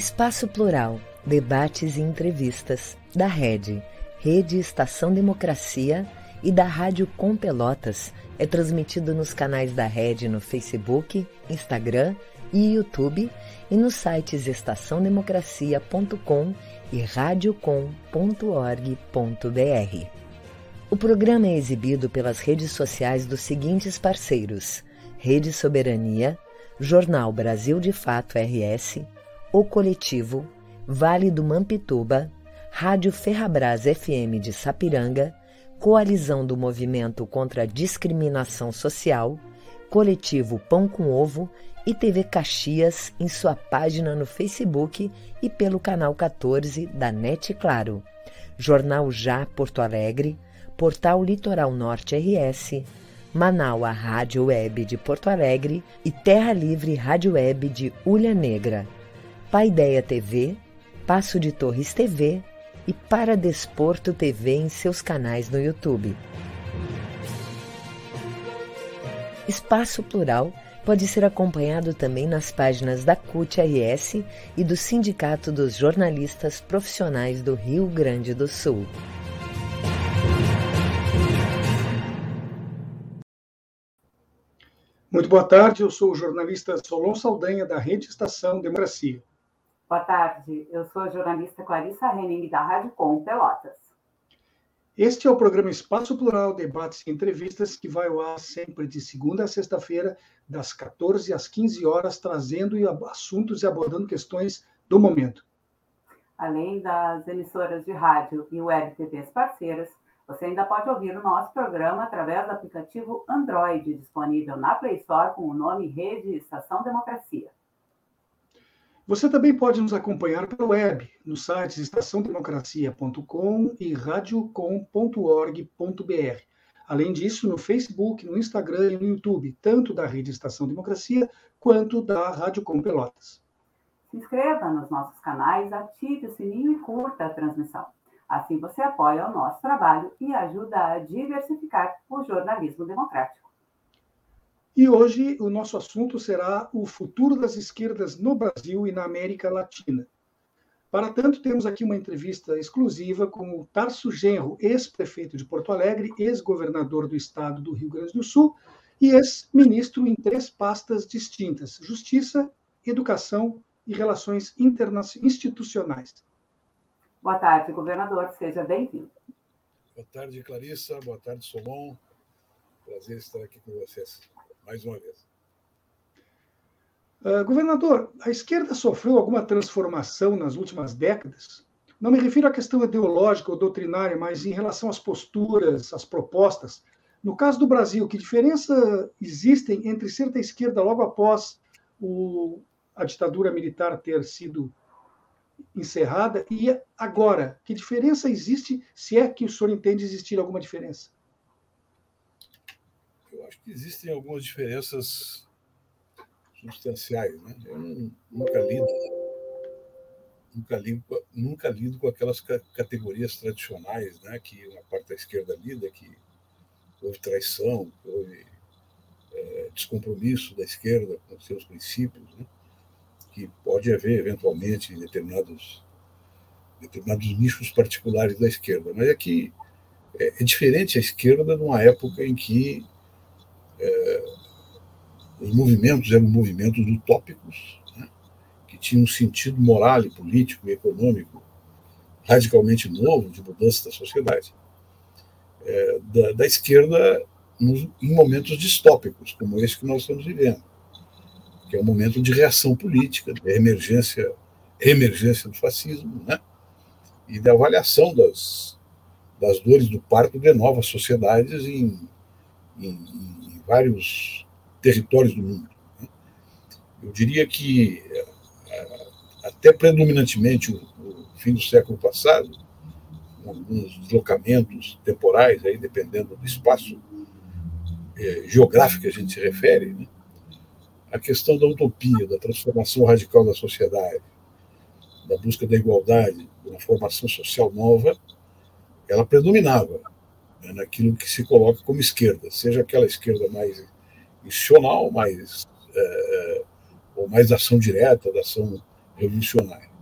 Espaço Plural, debates e entrevistas, da Rede Estação Democracia e da Rádio Com Pelotas, é transmitido nos canais da Rede no Facebook, Instagram e YouTube e nos sites estaçãodemocracia.com e radiocom.org.br. O programa é exibido pelas redes sociais dos seguintes parceiros: Rede Soberania, Jornal Brasil de Fato RS, O Coletivo, Vale do Mampituba, Rádio Ferrabras FM de Sapiranga, Coalizão do Movimento contra a Discriminação Social, Coletivo Pão com Ovo e TV Caxias em sua página no Facebook e pelo canal 14 da NET Claro, Jornal Já Porto Alegre, Portal Litoral Norte RS, Manaua Rádio Web de Porto Alegre e Terra Livre Rádio Web de Ulha Negra, Paideia TV, Passo de Torres TV e Paradesporto TV em seus canais no YouTube. Espaço Plural pode ser acompanhado também nas páginas da CUT-RS e do Sindicato dos Jornalistas Profissionais do Rio Grande do Sul. Muito boa tarde, eu sou o jornalista Solon Saldanha, da Rede Estação Democracia. Boa tarde, eu sou a jornalista Clarissa Henning, da Rádio Com Pelotas. Este é o programa Espaço Plural, debates e entrevistas, que vai ao ar sempre de segunda a sexta-feira, das 14 às 15 horas, trazendo assuntos e abordando questões do momento. Além das emissoras de rádio e web TVs parceiras, você ainda pode ouvir o nosso programa através do aplicativo Android, disponível na Play Store com o nome Rede Estação Democracia. Você também pode nos acompanhar pela web, nos sites estaçãodemocracia.com e radiocom.org.br. Além disso, no Facebook, no Instagram e no YouTube, tanto da Rede Estação Democracia quanto da Rádio Com Pelotas. Se inscreva nos nossos canais, ative o sininho e curta a transmissão. Assim você apoia o nosso trabalho e ajuda a diversificar o jornalismo democrático. E hoje o nosso assunto será o futuro das esquerdas no Brasil e na América Latina. Para tanto, temos aqui uma entrevista exclusiva com o Tarso Genro, ex-prefeito de Porto Alegre, ex-governador do estado do Rio Grande do Sul e ex-ministro em 3 pastas distintas: Justiça, Educação e Relações Institucionais. Boa tarde, governador. Seja bem-vindo. Boa tarde, Clarissa. Boa tarde, Solon. Prazer estar aqui com vocês mais uma vez. Governador, a esquerda sofreu alguma transformação nas últimas décadas? Não me refiro à questão ideológica ou doutrinária, mas em relação às posturas, às propostas. No caso do Brasil, que diferença existem entre ser da esquerda logo após a ditadura militar ter sido encerrada e agora? Que diferença existe, se é que o senhor entende existir alguma diferença? Eu acho que existem algumas diferenças substanciais, né? Eu nunca lido com aquelas categorias tradicionais, né, que uma parte da esquerda lida, que houve traição, que houve descompromisso da esquerda com seus princípios, né, que pode haver, eventualmente, em determinados nichos particulares da esquerda. Mas é que é diferente a esquerda numa época em que os movimentos eram movimentos utópicos, né, que tinham um sentido moral, político e econômico radicalmente novo de mudança da sociedade. Da esquerda em momentos distópicos, como esse que nós estamos vivendo, que é um momento de reação política, de emergência do fascismo, né, e da avaliação das dores do parto de novas sociedades em vários territórios do mundo. Eu diria que até predominantemente o fim do século passado, com alguns deslocamentos temporais, aí, dependendo do espaço geográfico que a gente se refere, né, a questão da utopia, da transformação radical da sociedade, da busca da igualdade, de uma formação social nova, ela predominava, né, naquilo que se coloca como esquerda, seja aquela esquerda mais institucional, ou mais da ação direta, da ação revolucionária.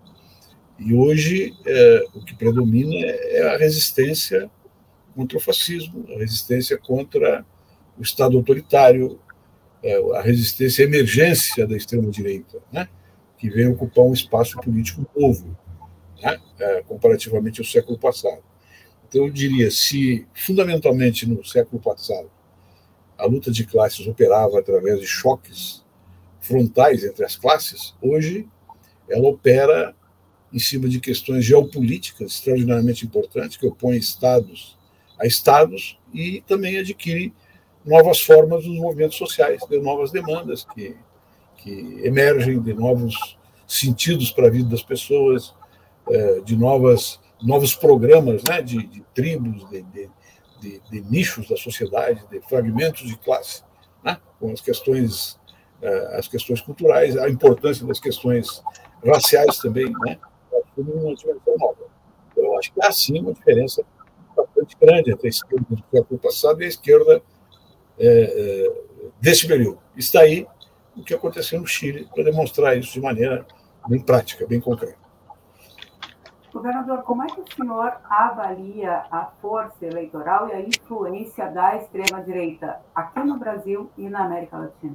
E hoje o que predomina é a resistência contra o fascismo, a resistência contra o Estado autoritário, a resistência à emergência da extrema-direita, né, que vem ocupar um espaço político novo, né, comparativamente ao século passado. Então, eu diria, se fundamentalmente no século passado a luta de classes operava através de choques frontais entre as classes, hoje ela opera em cima de questões geopolíticas extraordinariamente importantes, que opõem estados a estados e também adquire novas formas dos movimentos sociais, de novas demandas que emergem, de novos sentidos para a vida das pessoas, de novos programas, né, de tribos, de nichos da sociedade, de fragmentos de classe, né, com as questões culturais, a importância das questões raciais também, né, tudo uma dimensão nova. Então, eu acho que há sim uma diferença bastante grande entre a esquerda do século passado e a esquerda desse período. Está aí o que aconteceu no Chile para demonstrar isso de maneira bem prática, bem concreta. Governador, como é que o senhor avalia a força eleitoral e a influência da extrema-direita aqui no Brasil e na América Latina?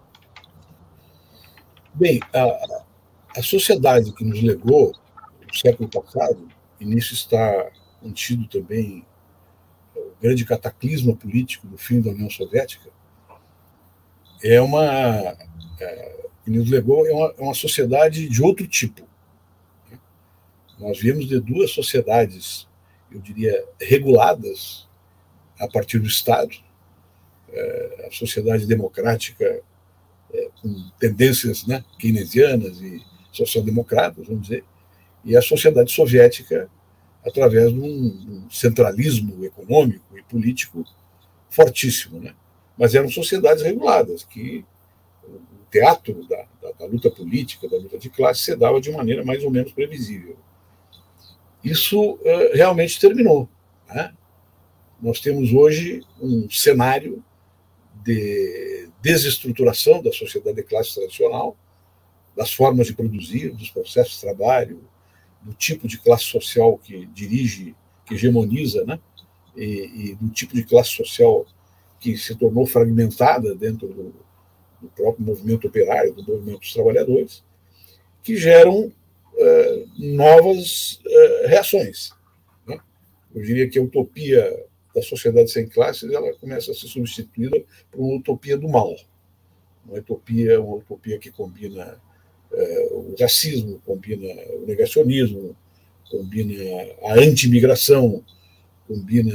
Bem, a sociedade que nos legou no século passado, e nisso está contido também o grande cataclisma político do fim da União Soviética, que nos legou é uma sociedade de outro tipo. Nós viemos de duas sociedades, eu diria, reguladas a partir do Estado, a sociedade democrática com tendências, né, keynesianas e social-democratas, vamos dizer, e a sociedade soviética através de um centralismo econômico e político fortíssimo, né? Mas eram sociedades reguladas, que o teatro da luta política, da luta de classe, se dava de maneira mais ou menos previsível. Isso realmente terminou, né? Nós temos hoje um cenário de desestruturação da sociedade de classe tradicional, das formas de produzir, dos processos de trabalho, do tipo de classe social que dirige, que hegemoniza, né? E do tipo de classe social que se tornou fragmentada dentro do próprio movimento operário, do movimento dos trabalhadores, que geram novas reações, né? Eu diria que a utopia da sociedade sem classes ela começa a ser substituída por uma utopia do mal, uma utopia que combina o racismo, combina o negacionismo, combina a anti-imigração, combina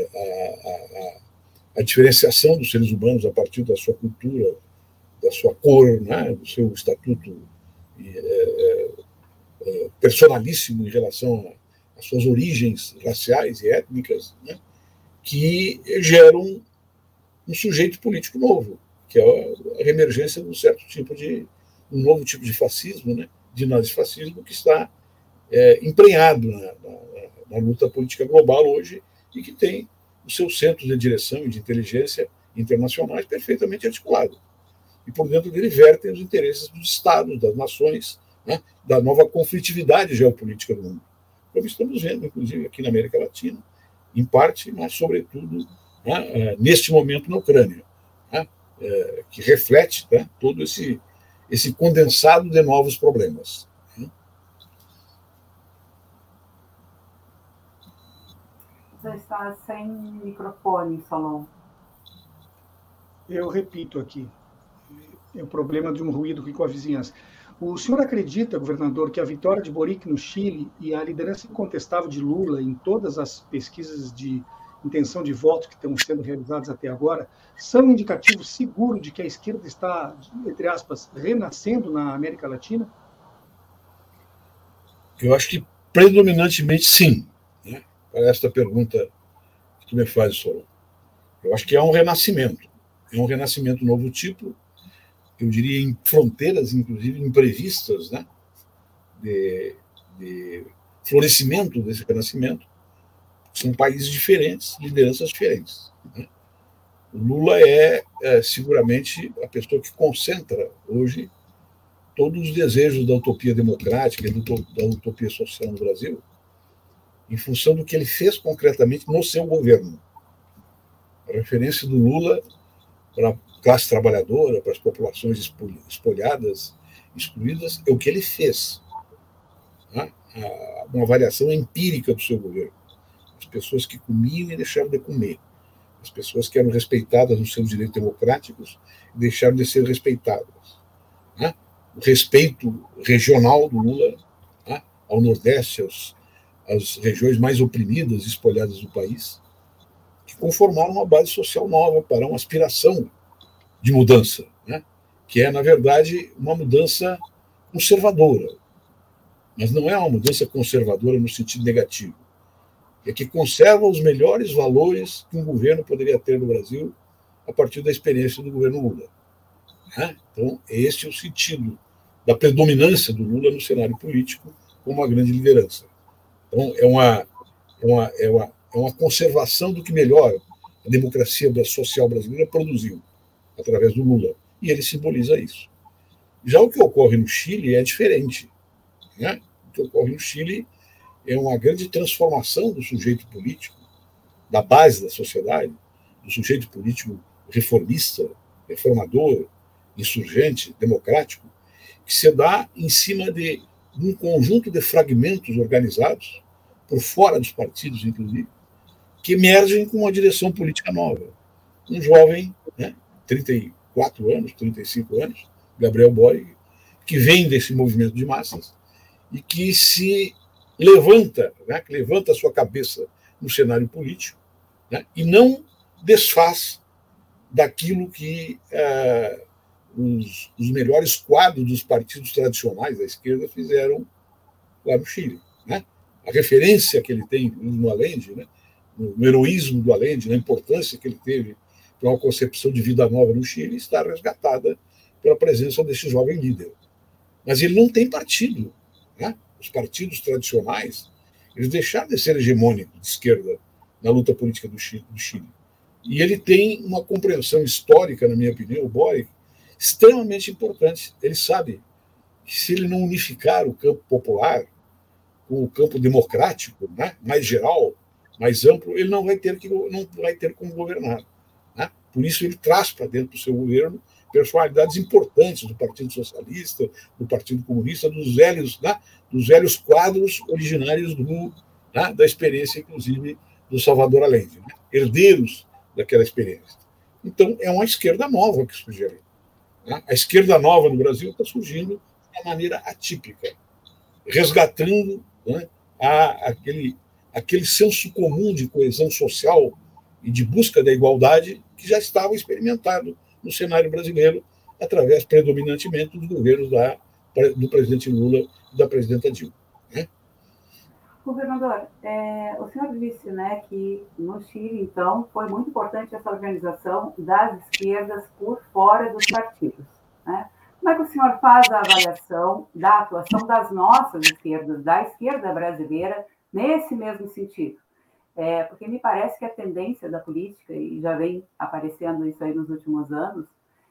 a diferenciação dos seres humanos a partir da sua cultura, da sua cor, né, do seu estatuto personalíssimo em relação às suas origens raciais e étnicas, né, que geram um sujeito político novo, que é a reemergência de um novo tipo de fascismo, né, de nazifascismo, que está emprenhado na luta política global hoje e que tem os seus centros de direção e de inteligência internacionais perfeitamente articulados. E por dentro dele vertem os interesses dos Estados, das nações, né, da nova conflitividade geopolítica do mundo. Como estamos vendo, inclusive, aqui na América Latina, em parte, mas sobretudo, né, neste momento na Ucrânia, né, que reflete, né, todo esse condensado de novos problemas. Você está sem microfone, Solon. Eu repito aqui. É o problema de um ruído aqui com a vizinhança. O senhor acredita, governador, que a vitória de Boric no Chile e a liderança incontestável de Lula em todas as pesquisas de intenção de voto que estão sendo realizadas até agora são um indicativo seguro de que a esquerda está, entre aspas, renascendo na América Latina? Eu acho que predominantemente sim, né? Para esta pergunta que tu me fazes, Solon. Eu acho que é um renascimento novo tipo, eu diria em fronteiras, inclusive imprevistas, né, de florescimento desse renascimento. São países diferentes, lideranças diferentes, né? O Lula é seguramente a pessoa que concentra hoje todos os desejos da utopia democrática e da utopia social no Brasil, em função do que ele fez concretamente no seu governo. A referência do Lula para a classe trabalhadora, para as populações espolhadas, excluídas, é o que ele fez. Né? Uma avaliação empírica do seu governo. As pessoas que comiam e deixaram de comer. As pessoas que eram respeitadas nos seus direitos democráticos e deixaram de ser respeitadas. Né? O respeito regional do Lula, né? Ao Nordeste, às regiões mais oprimidas e espolhadas do país, que conformaram uma base social nova para uma aspiração de mudança, né? Que é, na verdade, uma mudança conservadora. Mas não é uma mudança conservadora no sentido negativo. É que conserva os melhores valores que um governo poderia ter no Brasil a partir da experiência do governo Lula. Né? Então, este é o sentido da predominância do Lula no cenário político como uma grande liderança. Então, é uma conservação do que melhor a democracia social brasileira produziu através do Lula. E ele simboliza isso. Já o que ocorre no Chile é diferente. Né? O que ocorre no Chile é uma grande transformação do sujeito político, da base da sociedade, do sujeito político reformista, reformador, insurgente, democrático, que se dá em cima de um conjunto de fragmentos organizados, por fora dos partidos, inclusive, que emergem com uma direção política nova. Um jovem, né, 34 anos, 35 anos, Gabriel Boric, que vem desse movimento de massas e que se levanta, né, que levanta a sua cabeça no cenário político, né, e não desfaz daquilo que os melhores quadros dos partidos tradicionais da esquerda fizeram lá no Chile. Né? A referência que ele tem no Allende, né, no heroísmo do Allende, na importância que ele teve para uma concepção de vida nova no Chile, está resgatada pela presença desse jovem líder. Mas ele não tem partido. Né? Os partidos tradicionais, eles deixaram de ser hegemônicos de esquerda na luta política do Chile. E ele tem uma compreensão histórica, na minha opinião, o Boric, extremamente importante. Ele sabe que se ele não unificar o campo popular com o campo democrático, né, mais geral, mais amplo, ele não vai ter como governar. Né? Por isso ele traz para dentro do seu governo personalidades importantes do Partido Socialista, do Partido Comunista, dos velhos quadros originários da experiência, inclusive, do Salvador Allende, né? Herdeiros daquela experiência. Então, é uma esquerda nova que surge ali. Né? A esquerda nova no Brasil está surgindo de uma maneira atípica, resgatando, né, aquele senso comum de coesão social e de busca da igualdade que já estava experimentado no cenário brasileiro, através, predominantemente, dos governos do presidente Lula e da presidenta Dilma. Né? Governador, o senhor disse, né, que no Chile, então, foi muito importante essa organização das esquerdas por fora dos partidos. Né? Como é que o senhor faz a avaliação da atuação das nossas esquerdas, da esquerda brasileira, nesse mesmo sentido? Porque me parece que a tendência da política, e já vem aparecendo isso aí nos últimos anos,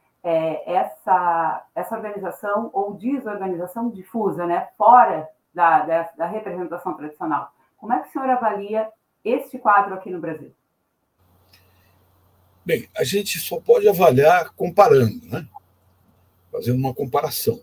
essa organização ou desorganização difusa, né, fora da representação tradicional. Como é que o senhor avalia este quadro aqui no Brasil? Bem, a gente só pode avaliar comparando, né? Fazendo uma comparação.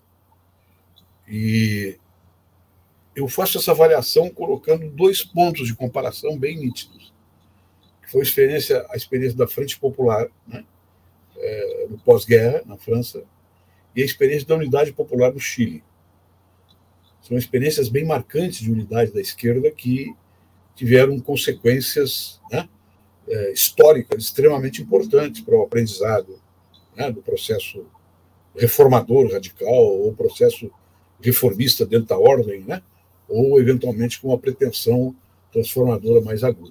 E eu faço essa avaliação colocando 2 pontos de comparação bem nítidos, que foi a experiência da Frente Popular, né, no pós-guerra, na França, e a experiência da Unidade Popular no Chile. São experiências bem marcantes de unidade da esquerda que tiveram consequências, né, históricas extremamente importantes para o aprendizado, né, do processo reformador radical ou processo reformista dentro da ordem, né, ou eventualmente com uma pretensão transformadora mais aguda.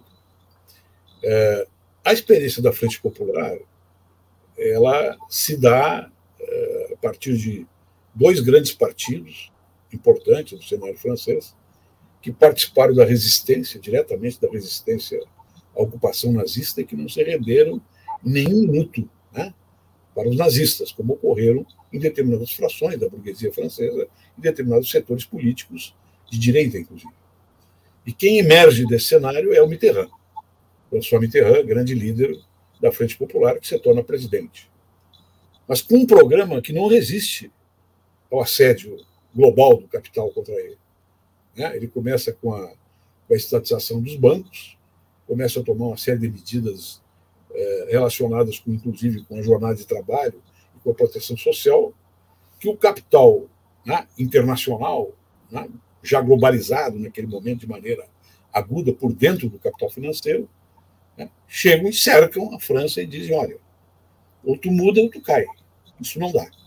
A experiência da Frente Popular, ela se dá a partir de 2 grandes partidos importantes do cenário francês, que participaram da resistência, diretamente da resistência à ocupação nazista, e que não se renderam em nenhum minuto, né, para os nazistas, como ocorreram em determinadas frações da burguesia francesa, em determinados setores políticos de direita, inclusive. E quem emerge desse cenário é o Mitterrand. François Mitterrand, grande líder da Frente Popular, que se torna presidente. Mas com um programa que não resiste ao assédio global do capital contra ele. Ele começa com a estatização dos bancos, começa a tomar uma série de medidas relacionadas, inclusive, com a jornada de trabalho e com a proteção social, que o capital internacional, já globalizado naquele momento de maneira aguda por dentro do capital financeiro, chegam e cercam a França e dizem, olha, ou tu muda ou tu cai. Isso não dá.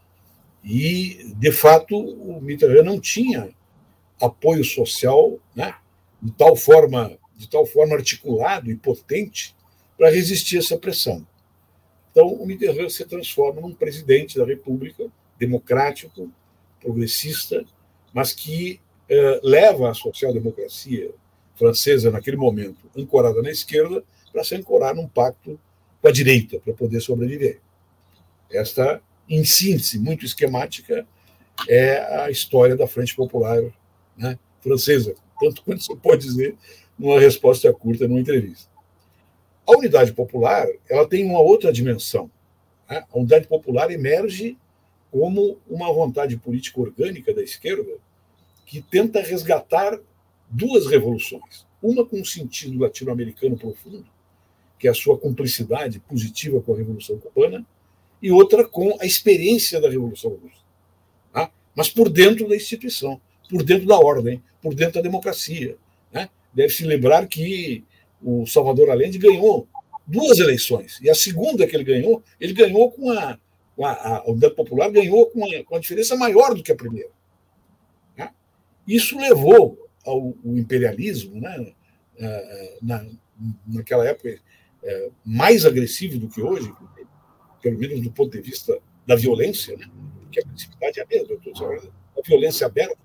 E, de fato, o Mitterrand não tinha apoio social de tal forma articulado e potente para resistir a essa pressão. Então, o Mitterrand se transforma num presidente da República, democrático, progressista, mas que leva a social-democracia francesa, naquele momento, ancorada na esquerda, para se ancorar num pacto com a direita, para poder sobreviver. Esta, em síntese, muito esquemática, é a história da Frente Popular francesa, tanto quanto você pode dizer numa resposta curta numa entrevista. A unidade popular ela tem uma outra dimensão. A unidade popular emerge como uma vontade política orgânica da esquerda que tenta resgatar duas revoluções. Uma com um sentido latino-americano profundo, que é a sua cumplicidade positiva com a Revolução Cubana, e outra com a experiência da Revolução Russa. Mas por dentro da instituição, por dentro da ordem, por dentro da democracia. Deve-se lembrar que o Salvador Allende ganhou duas eleições, e a segunda que ele ganhou com a Unidade Popular ganhou com a diferença maior do que a primeira. Isso levou ao imperialismo, naquela época, mais agressivo do que hoje, pelo menos do ponto de vista da violência, que a agressividade é a mesma, a violência aberta,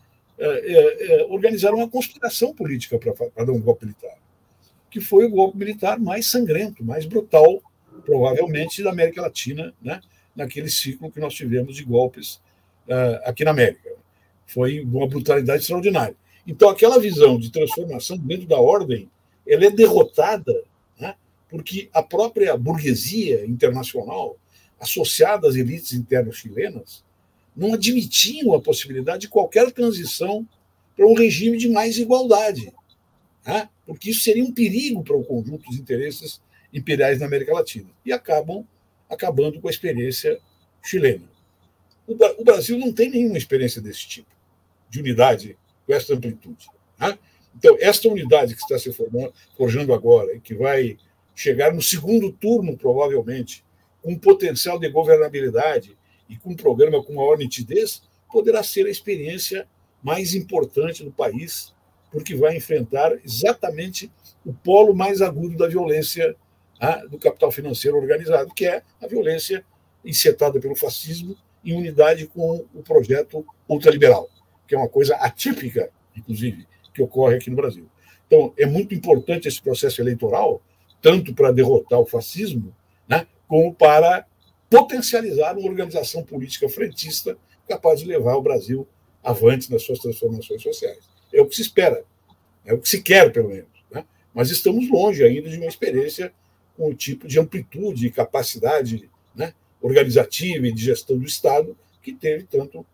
organizaram uma conspiração política para dar um golpe militar, que foi o golpe militar mais sangrento, mais brutal, provavelmente, da América Latina, naquele ciclo que nós tivemos de golpes aqui na América. Foi uma brutalidade extraordinária. Então, aquela visão de transformação dentro da ordem, ela é derrotada, porque a própria burguesia internacional, associada às elites internas chilenas, não admitiam a possibilidade de qualquer transição para um regime de mais igualdade, porque isso seria um perigo para o conjunto dos interesses imperiais na América Latina. E acabando com a experiência chilena. O Brasil não tem nenhuma experiência desse tipo, de unidade com essa amplitude. Então, esta unidade que está se forjando agora, e que vai chegar no segundo turno, provavelmente, com um potencial de governabilidade e com um programa com maior nitidez, poderá ser a experiência mais importante do país, porque vai enfrentar exatamente o polo mais agudo da violência do capital financeiro organizado, que é a violência insetada pelo fascismo em unidade com o projeto ultraliberal, que é uma coisa atípica, inclusive, que ocorre aqui no Brasil. Então, é muito importante esse processo eleitoral, tanto para derrotar o fascismo, como para potencializar uma organização política frentista capaz de levar o Brasil avante nas suas transformações sociais. É o que se espera, é o que se quer, pelo menos. Mas estamos longe ainda de uma experiência com o tipo de amplitude e capacidade organizativa e de gestão do Estado que teve tanto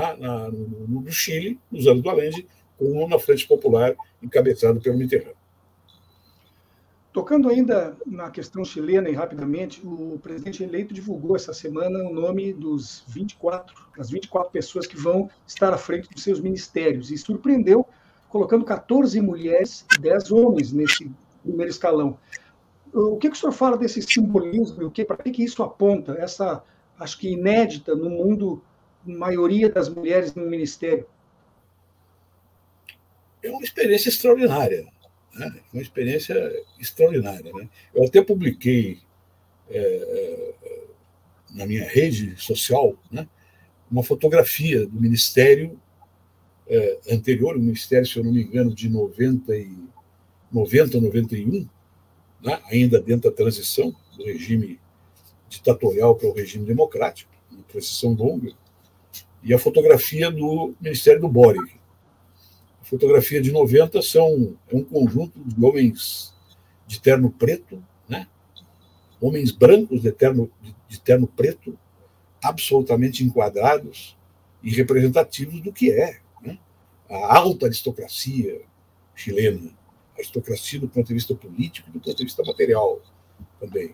no Chile, nos anos do Allende, como na Frente Popular, encabeçado pelo Mitterrand. Tocando ainda na questão chilena e rapidamente, o presidente eleito divulgou essa semana o nome das 24 pessoas que vão estar à frente dos seus ministérios e surpreendeu colocando 14 mulheres e 10 homens nesse primeiro escalão. O que o senhor fala desse simbolismo e para que isso aponta, essa, acho que inédita no mundo, maioria das mulheres no ministério? É uma experiência extraordinária. Uma experiência extraordinária. Eu até publiquei na minha rede social uma fotografia do ministério anterior, o ministério, se eu não me engano, de 90, 91, ainda dentro da transição do regime ditatorial para o regime democrático, uma transição longa, e a fotografia do Ministério do Boric. A fotografia de 90 é um conjunto de homens de terno preto, né? Homens brancos de terno preto, absolutamente enquadrados e representativos do que é, né? A alta aristocracia chilena, a aristocracia do ponto de vista político e do ponto de vista material também.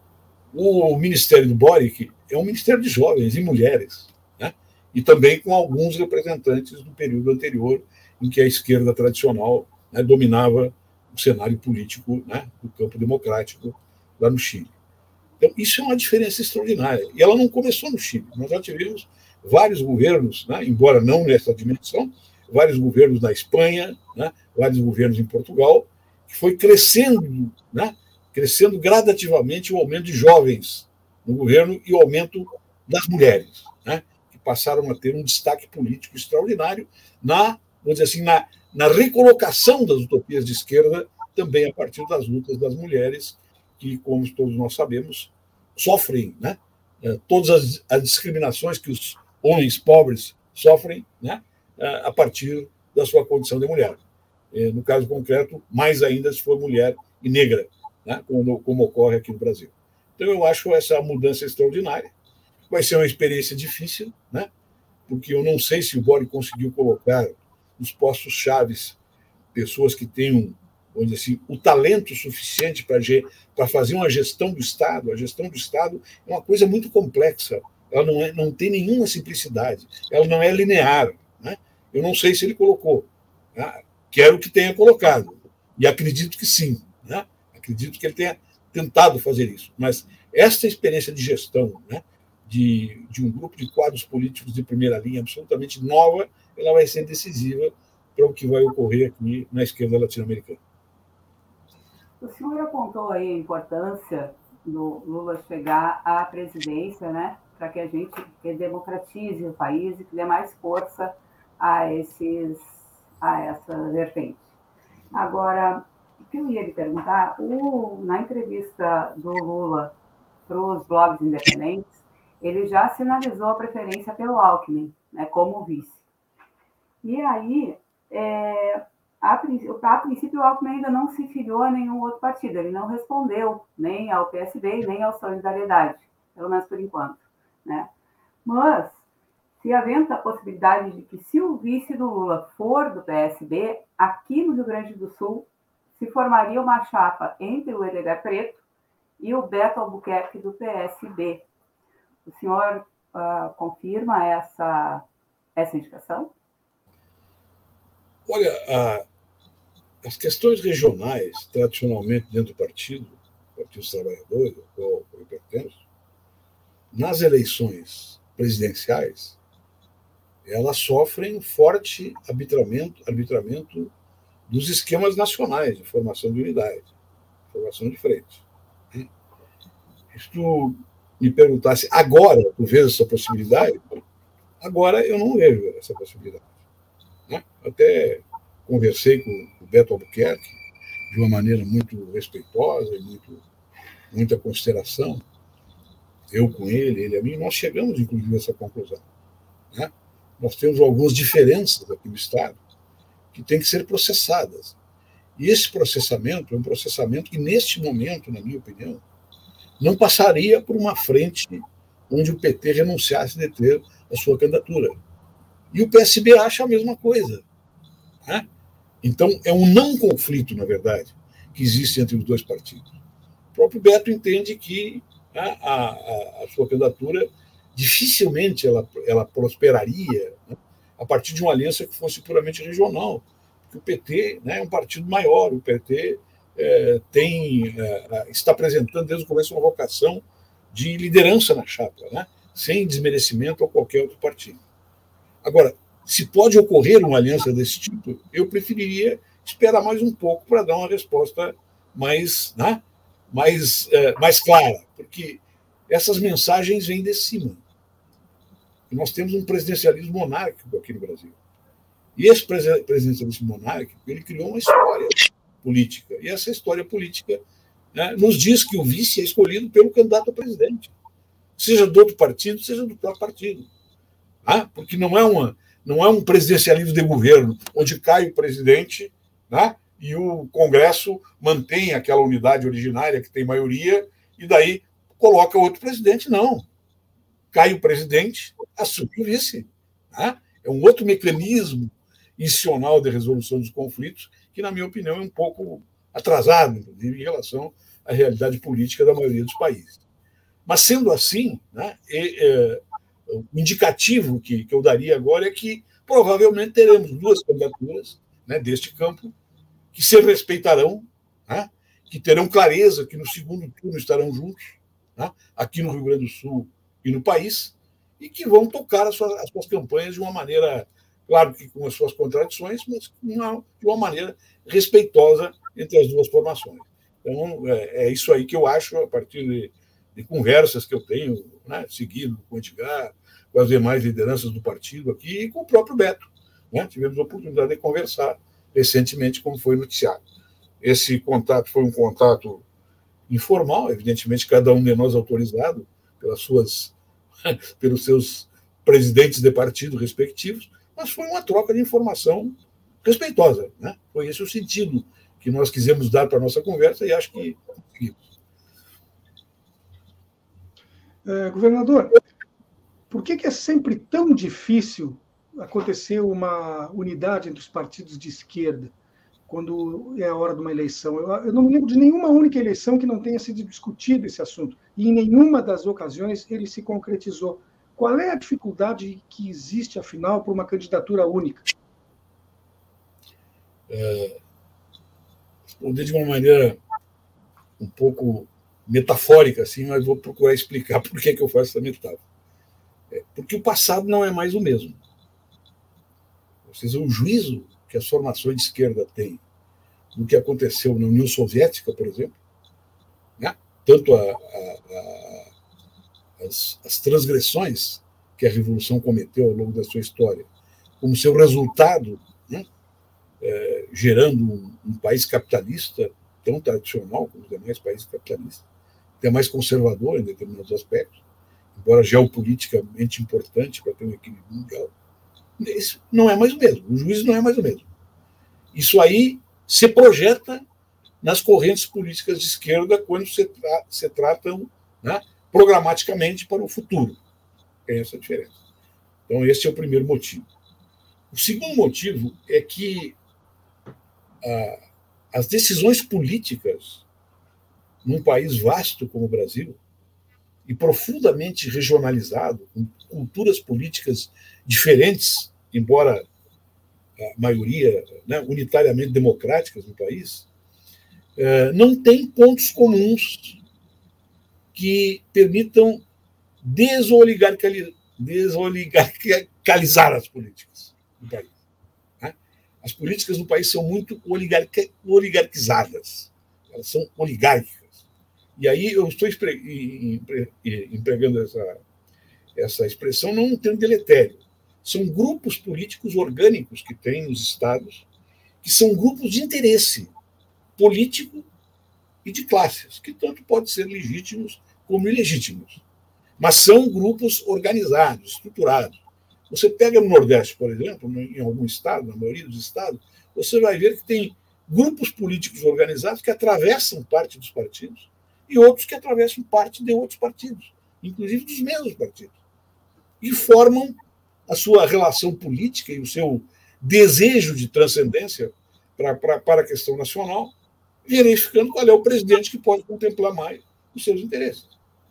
O Ministério do Boric é um ministério de jovens e mulheres, né? E também com alguns representantes do período anterior, em que a esquerda tradicional, né, dominava o cenário político, né, do campo democrático lá no Chile. Então, isso é uma diferença extraordinária. E ela não começou no Chile. Nós já tivemos vários governos, né, embora não nessa dimensão, vários governos na Espanha, né, vários governos em Portugal, que foi crescendo, né, crescendo gradativamente o aumento de jovens no governo e o aumento das mulheres, né, que passaram a ter um destaque político extraordinário vamos dizer assim, na recolocação das utopias de esquerda, também a partir das lutas das mulheres, que, como todos nós sabemos, sofrem, né, todas as discriminações que os homens pobres sofrem, né, a partir da sua condição de mulher. No caso concreto, mais ainda se for mulher e negra, né, como ocorre aqui no Brasil. Então, eu acho essa mudança extraordinária. Vai ser uma experiência difícil, né, porque eu não sei se o Boric conseguiu colocar nos postos chaves pessoas que tenham, vamos dizer assim, o talento suficiente para fazer uma gestão do Estado. A gestão do Estado é uma coisa muito complexa. Ela não tem nenhuma simplicidade. Ela não é linear, né? Eu não sei se ele colocou. Né? Quero que tenha colocado. E acredito que sim. Né? Acredito que ele tenha tentado fazer isso. Mas esta experiência de gestão, né, de um grupo de quadros políticos de primeira linha absolutamente nova, ela vai ser decisiva para o que vai ocorrer aqui na esquerda latino-americana. O senhor apontou aí a importância do Lula chegar à presidência, né, para que a gente democratize o país e que dê mais força a essa vertente. Agora, o que eu ia lhe perguntar, na entrevista do Lula para os blogs independentes, ele já sinalizou a preferência pelo Alckmin, né, como vice. E aí, a princípio, o Alckmin ainda não se filiou a nenhum outro partido. Ele não respondeu nem ao PSB, nem ao Solidariedade, pelo menos por enquanto. Né? Mas, se aventa a possibilidade de que, se o vice do Lula for do PSB, aqui no Rio Grande do Sul, se formaria uma chapa entre o Edgar Preto e o Beto Albuquerque do PSB. O senhor confirma essa indicação? Olha, as questões regionais, tradicionalmente dentro do Partido dos Trabalhadores, ao qual eu pertenço, nas eleições presidenciais, elas sofrem forte arbitramento dos esquemas nacionais de formação de unidade, formação de frente. Se tu me perguntasse agora, tu vês essa possibilidade? Agora eu não vejo essa possibilidade. Né? Até conversei com o Beto Albuquerque de uma maneira muito respeitosa e muita consideração. Eu com ele a mim, nós chegamos, inclusive, a essa conclusão. Né? Nós temos algumas diferenças aqui no Estado que têm que ser processadas. E esse processamento é um processamento que, neste momento, na minha opinião, não passaria por uma frente onde o PT renunciasse de ter a sua candidatura. E o PSB acha a mesma coisa. Né? Então, é um não conflito, na verdade, que existe entre os dois partidos. O próprio Beto entende que a sua candidatura dificilmente ela prosperaria, né, a partir de uma aliança que fosse puramente regional. Porque o PT, né, é um partido maior, o PT está apresentando desde o começo uma vocação de liderança na chapa, né, sem desmerecimento a qualquer outro partido. Agora, se pode ocorrer uma aliança desse tipo, eu preferiria esperar mais um pouco para dar uma resposta mais clara, porque essas mensagens vêm de cima. E nós temos um presidencialismo monárquico aqui no Brasil. E esse presidencialismo monárquico, ele criou uma história política. E essa história política, né, nos diz que o vice é escolhido pelo candidato a presidente. seja do outro partido, seja do próprio partido. Porque não é um presidencialismo de governo, onde cai o presidente, e o Congresso mantém aquela unidade originária que tem maioria, e daí coloca outro presidente. Não. Cai o presidente, assume o vice. É um outro mecanismo institucional de resolução dos conflitos que, na minha opinião, é um pouco atrasado, inclusive, em relação à realidade política da maioria dos países. Mas, sendo assim, o indicativo que eu daria agora é que provavelmente teremos duas candidaturas deste campo que se respeitarão, que terão clareza que no segundo turno estarão juntos, aqui no Rio Grande do Sul e no país, e que vão tocar as suas campanhas de uma maneira, claro que com as suas contradições, mas de uma maneira respeitosa entre as duas formações. Então, é isso aí que eu acho, a partir de conversas que eu tenho seguido com o Edgar, com as demais lideranças do partido aqui e com o próprio Beto. Tivemos a oportunidade de conversar recentemente, como foi noticiado. Esse contato foi um contato informal, evidentemente, cada um de nós autorizado pelos seus presidentes de partido respectivos, mas foi uma troca de informação respeitosa. Foi esse o sentido que nós quisemos dar para a nossa conversa e acho que conseguimos. Governador, por que é sempre tão difícil acontecer uma unidade entre os partidos de esquerda quando é a hora de uma eleição? Eu não me lembro de nenhuma única eleição que não tenha sido discutido esse assunto, e em nenhuma das ocasiões ele se concretizou. Qual é a dificuldade que existe, afinal, por uma candidatura única? Responder de uma maneira um pouco metafórica, assim, mas vou procurar explicar por que eu faço essa metáfora. Porque o passado não é mais o mesmo. Ou seja, o juízo que as formações de esquerda têm do que aconteceu na União Soviética, por exemplo, tanto as transgressões que a Revolução cometeu ao longo da sua história, como seu resultado, gerando um país capitalista tão tradicional como os demais países capitalistas, até mais conservador em determinados aspectos, embora geopoliticamente importante para ter um equilíbrio mundial. Isso não é mais o mesmo. O juízo não é mais o mesmo. Isso aí se projeta nas correntes políticas de esquerda quando se tratam programaticamente para o futuro. É essa a diferença. Então, esse é o primeiro motivo. O segundo motivo é que as decisões políticas num país vasto como o Brasil e profundamente regionalizado, com culturas políticas diferentes, embora a maioria unitariamente democráticas no país, não tem pontos comuns que permitam desoligarquizar as políticas no país. As políticas no país são muito oligarquizadas, elas são oligárquicas. E aí eu estou empregando essa expressão não em termo deletério. São grupos políticos orgânicos que tem nos estados, que são grupos de interesse político e de classes, que tanto podem ser legítimos como ilegítimos. Mas são grupos organizados, estruturados. Você pega no Nordeste, por exemplo, em algum estado, na maioria dos estados, você vai ver que tem grupos políticos organizados que atravessam parte dos partidos e outros que atravessam parte de outros partidos, inclusive dos mesmos partidos, e formam a sua relação política e o seu desejo de transcendência para a questão nacional, verificando qual é o presidente que pode contemplar mais os seus interesses.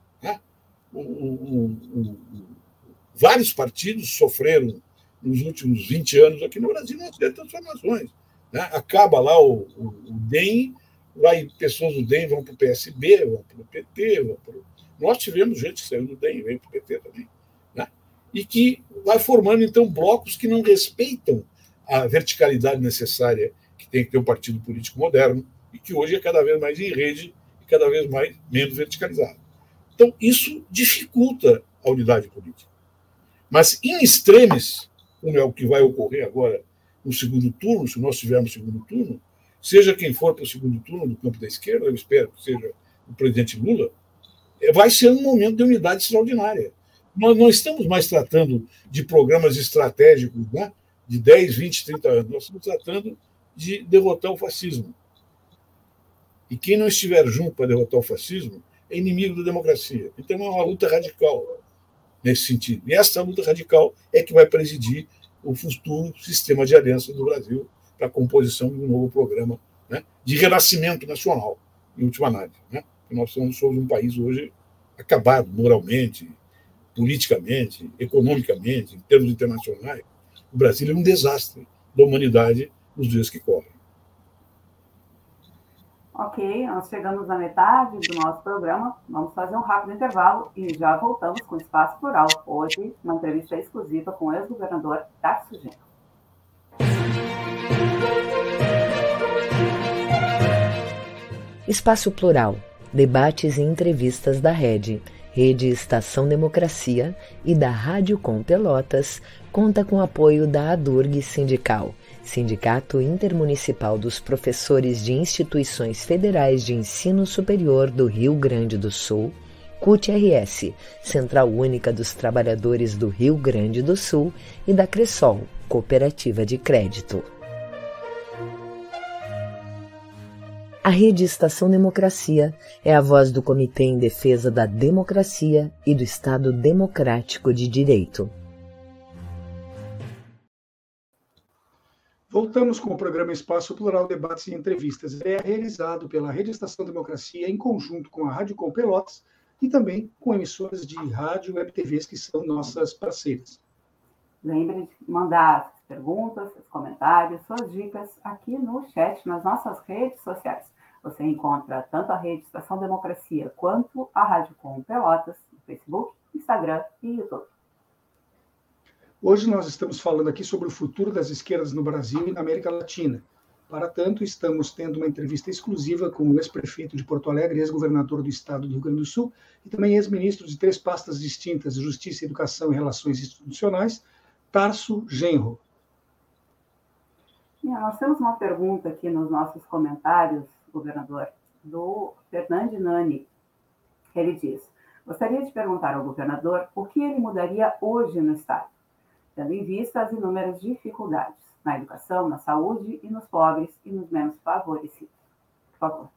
Vários partidos sofreram nos últimos 20 anos aqui no Brasil uma série de transformações. Acaba lá o DEM, pessoas do DEM vão para o PSB, vão para o PT. Nós tivemos gente que saiu do DEM e veio para o PT também. E que vai formando, então, blocos que não respeitam a verticalidade necessária que tem que ter um partido político moderno e que hoje é cada vez mais em rede e cada vez menos verticalizado. Então, isso dificulta a unidade política. Mas, em extremis, como é o que vai ocorrer agora no segundo turno, se nós tivermos segundo turno, seja quem for para o segundo turno do campo da esquerda, eu espero que seja o presidente Lula, vai ser um momento de unidade extraordinária. Nós não estamos mais tratando de programas estratégicos, né, de 10, 20, 30 anos. Nós estamos tratando de derrotar o fascismo. E quem não estiver junto para derrotar o fascismo é inimigo da democracia. Então é uma luta radical nesse sentido. E essa luta radical é que vai presidir o futuro sistema de aliança do Brasil para a composição de um novo programa, né, de renascimento nacional, em última análise. Né? Nós somos um país hoje acabado moralmente, politicamente, economicamente, em termos internacionais. O Brasil é um desastre da humanidade nos dias que correm. Ok, nós chegamos na metade do nosso programa. Vamos fazer um rápido intervalo e já voltamos com o Espaço Plural. Hoje, uma entrevista exclusiva com o ex-governador Tarcísio Genro. Espaço Plural, debates e entrevistas da Rede Estação Democracia e da Rádio Com Pelotas, conta com o apoio da ADURG Sindical, Sindicato Intermunicipal dos Professores de Instituições Federais de Ensino Superior do Rio Grande do Sul, CUT-RS, Central Única dos Trabalhadores do Rio Grande do Sul, e da Cressol, Cooperativa de Crédito. A Rede Estação Democracia é a voz do Comitê em Defesa da Democracia e do Estado Democrático de Direito. Voltamos com o programa Espaço Plural, Debates e Entrevistas. Ele é realizado pela Rede Estação Democracia em conjunto com a Rádio Com Pelotas e também com emissoras de rádio e web TVs que são nossas parceiras. Lembre de mandar perguntas, seus comentários, suas dicas aqui no chat, nas nossas redes sociais. Você encontra tanto a Rede Estação Democracia quanto a Rádio Com Pelotas no Facebook, Instagram e YouTube. Hoje nós estamos falando aqui sobre o futuro das esquerdas no Brasil e na América Latina. Para tanto, estamos tendo uma entrevista exclusiva com o ex-prefeito de Porto Alegre, ex-governador do estado do Rio Grande do Sul e também ex-ministro de 3 pastas distintas, Justiça, Educação e Relações Institucionais, Tarcísio Genro. Nós temos uma pergunta aqui nos nossos comentários, governador, do Fernando Nani. Ele diz: gostaria de perguntar ao governador o que ele mudaria hoje no estado, tendo em vista as inúmeras dificuldades na educação, na saúde e nos pobres e nos menos favorecidos. Por favor.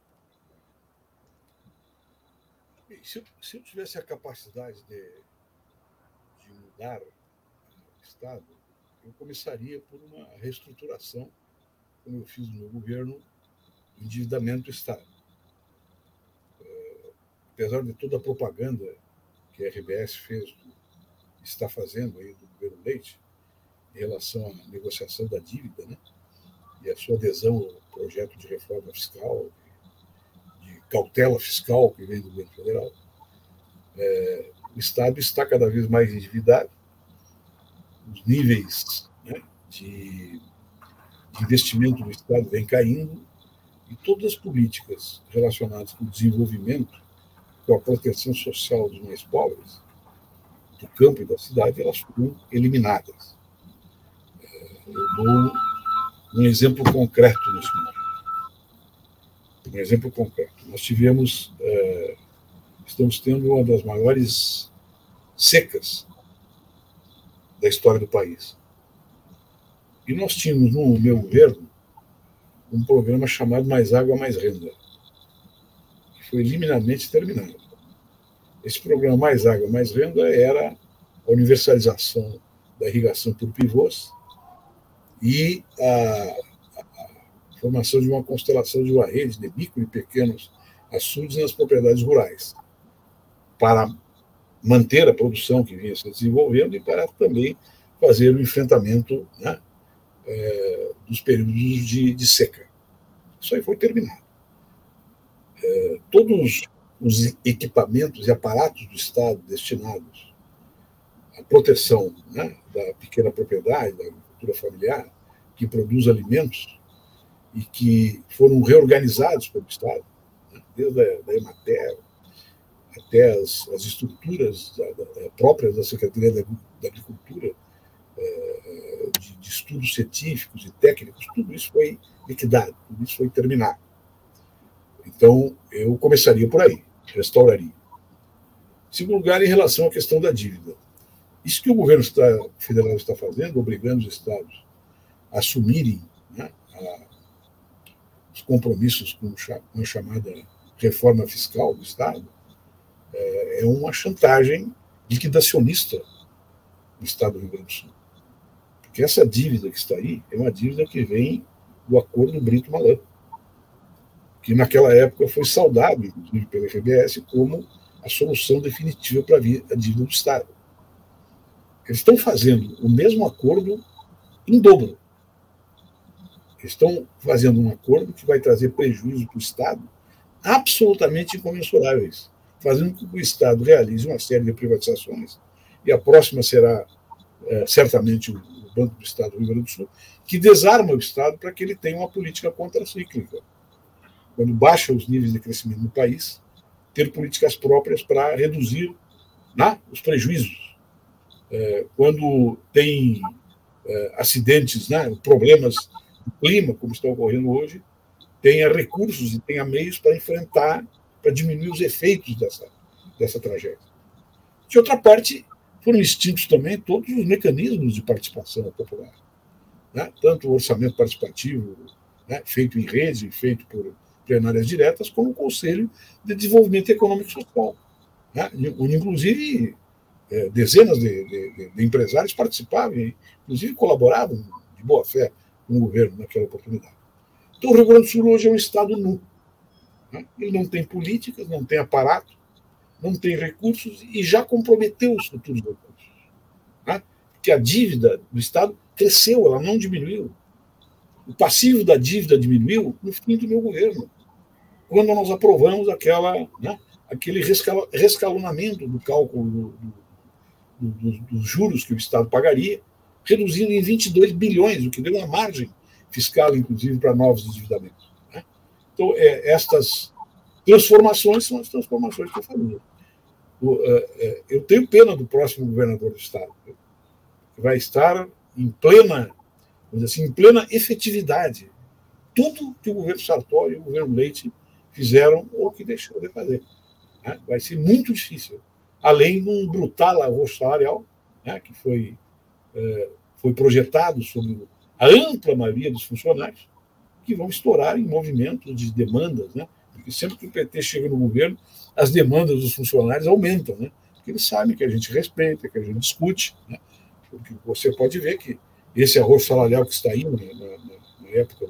Se eu tivesse a capacidade de mudar o Estado, eu começaria por uma reestruturação, como eu fiz no meu governo, do endividamento do Estado. Apesar de toda a propaganda que a RBS está fazendo aí do governo Leite, em relação à negociação da dívida, né, e a sua adesão ao projeto de reforma fiscal, de cautela fiscal que vem do governo federal, o Estado está cada vez mais endividado, os níveis, né, de investimento do Estado vem caindo e todas as políticas relacionadas com o desenvolvimento, com a proteção social dos mais pobres, do campo e da cidade, elas foram eliminadas. Eu dou um exemplo concreto nesse momento. Um exemplo concreto. Nós estamos tendo uma das maiores secas da história do país. E nós tínhamos, no meu governo, um programa chamado Mais Água, Mais Renda, que foi liminarmente terminado. Esse programa Mais Água, Mais Renda era a universalização da irrigação por pivôs e a formação de uma constelação de uma rede de micro e pequenos açudes nas propriedades rurais, para manter a produção que vinha se desenvolvendo e para também fazer o enfrentamento, né, dos períodos de seca. Isso aí foi terminado. Todos os equipamentos e aparatos do Estado destinados à proteção, né, da pequena propriedade, da agricultura familiar, que produz alimentos e que foram reorganizados pelo Estado, né, desde a Emater até as estruturas próprias da Secretaria da Agricultura, de estudos científicos e técnicos, tudo isso foi liquidado, tudo isso foi terminado. Então, eu começaria por aí, restauraria. Em segundo lugar, em relação à questão da dívida. Isso que o governo federal está fazendo, obrigando os estados a assumirem, né, os compromissos com a chamada reforma fiscal do Estado, é uma chantagem liquidacionista do Estado do Rio Grande do Sul. Porque essa dívida que está aí é uma dívida que vem do acordo Brito-Malan, que naquela época foi saudado, inclusive, pela FBS, como a solução definitiva para a dívida do Estado. Eles estão fazendo o mesmo acordo em dobro. Eles estão fazendo um acordo que vai trazer prejuízo para o Estado absolutamente incomensuráveis, fazendo com que o Estado realize uma série de privatizações, e a próxima será certamente o Banco do Estado do Rio Grande do Sul, que desarma o Estado para que ele tenha uma política contracíclica. Quando baixa os níveis de crescimento no país, ter políticas próprias para reduzir, né, os prejuízos. Quando tem acidentes, né, problemas do clima, como está ocorrendo hoje, tenha recursos e tenha meios para enfrentar, para diminuir os efeitos dessa tragédia. De outra parte, foram extintos também todos os mecanismos de participação popular, né? Tanto o orçamento participativo, né, feito em rede, feito por plenárias diretas, como o Conselho de Desenvolvimento Econômico e Social, né? Onde, inclusive, dezenas de empresários participavam, inclusive colaboravam de boa fé com o governo naquela oportunidade. Então, o Rio Grande do Sul hoje é um Estado nu, né? Ele não tem políticas, não tem aparato, não tem recursos e já comprometeu os futuros recursos, né? Porque a dívida do Estado cresceu, ela não diminuiu. O passivo da dívida diminuiu no fim do meu governo, quando nós aprovamos aquele rescalonamento do cálculo dos juros que o Estado pagaria, reduzindo em 22 bilhões, o que deu uma margem fiscal, inclusive, para novos endividamentos, né? Então, estas transformações são as transformações que eu falei. Eu tenho pena do próximo governador do Estado, que vai estar em plena, vamos dizer assim, em plena efetividade tudo que o governo Sartori e o governo Leite fizeram ou que deixaram de fazer, né? Vai ser muito difícil, além de um brutal arroz salarial, né, que foi projetado sobre a ampla maioria dos funcionários, que vão estourar em movimentos de demandas, né? Porque sempre que o PT chega no governo, as demandas dos funcionários aumentam, né? Porque eles sabem que a gente respeita, que a gente discute, né? Porque você pode ver que esse arroz salarial que está aí na época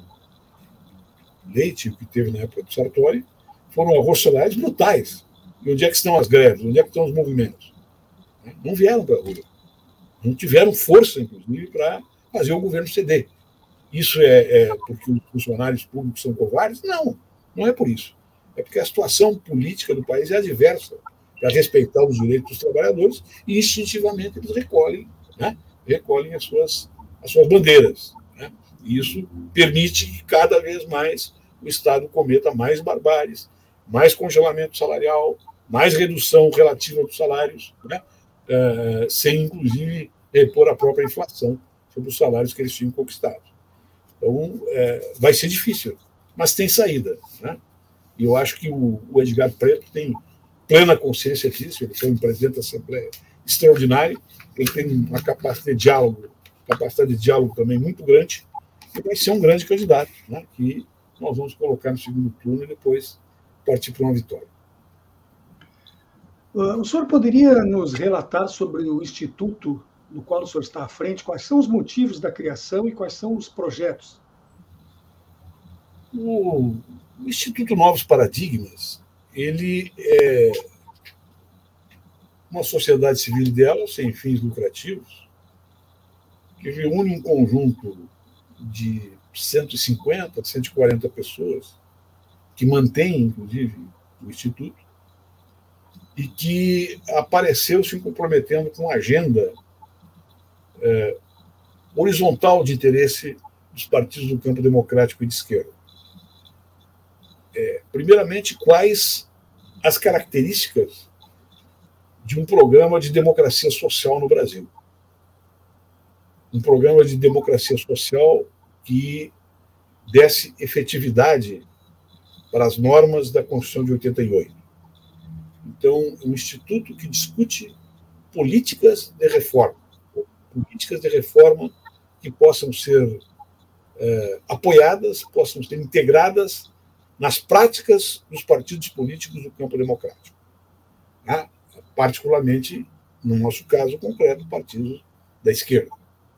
do Leite, o que teve na época do Sartori, foram arroz salariais brutais. E onde é que estão as greves? Onde é que estão os movimentos? Não vieram para a rua. Não tiveram força, inclusive, para fazer o governo ceder. Isso é porque os funcionários públicos são covardes? Não, não é por isso. É porque a situação política do país é adversa para respeitar os direitos dos trabalhadores e, instintivamente, eles recolhem, né? Recolhem as suas bandeiras, né? E isso permite que cada vez mais o Estado cometa mais barbáries, mais congelamento salarial, mais redução relativa dos salários, né? Sem, inclusive, repor a própria inflação sobre os salários que eles tinham conquistado. Então, vai ser difícil, mas tem saída, né? E eu acho que o Edgar Preto tem plena consciência disso. Ele foi um presidente da Assembleia extraordinário, ele tem uma capacidade de diálogo também muito grande, e vai ser um grande candidato, né, que nós vamos colocar no segundo turno e depois partir para uma vitória. O senhor poderia nos relatar sobre o Instituto no qual o senhor está à frente? Quais são os motivos da criação e quais são os projetos? O Instituto Novos Paradigmas, ele é uma sociedade civil ideal, sem fins lucrativos, que reúne um conjunto de 150, 140 pessoas, que mantém, inclusive, o Instituto, e que apareceu se comprometendo com uma agenda horizontal de interesse dos partidos do campo democrático e de esquerda. Primeiramente, quais as características de um programa de democracia social no Brasil. Um programa de democracia social que desse efetividade para as normas da Constituição de 88. Então, um instituto que discute políticas de reforma que possam ser apoiadas, possam ser integradas nas práticas dos partidos políticos do campo democrático. Né? Particularmente, no nosso caso concreto, partidos da esquerda.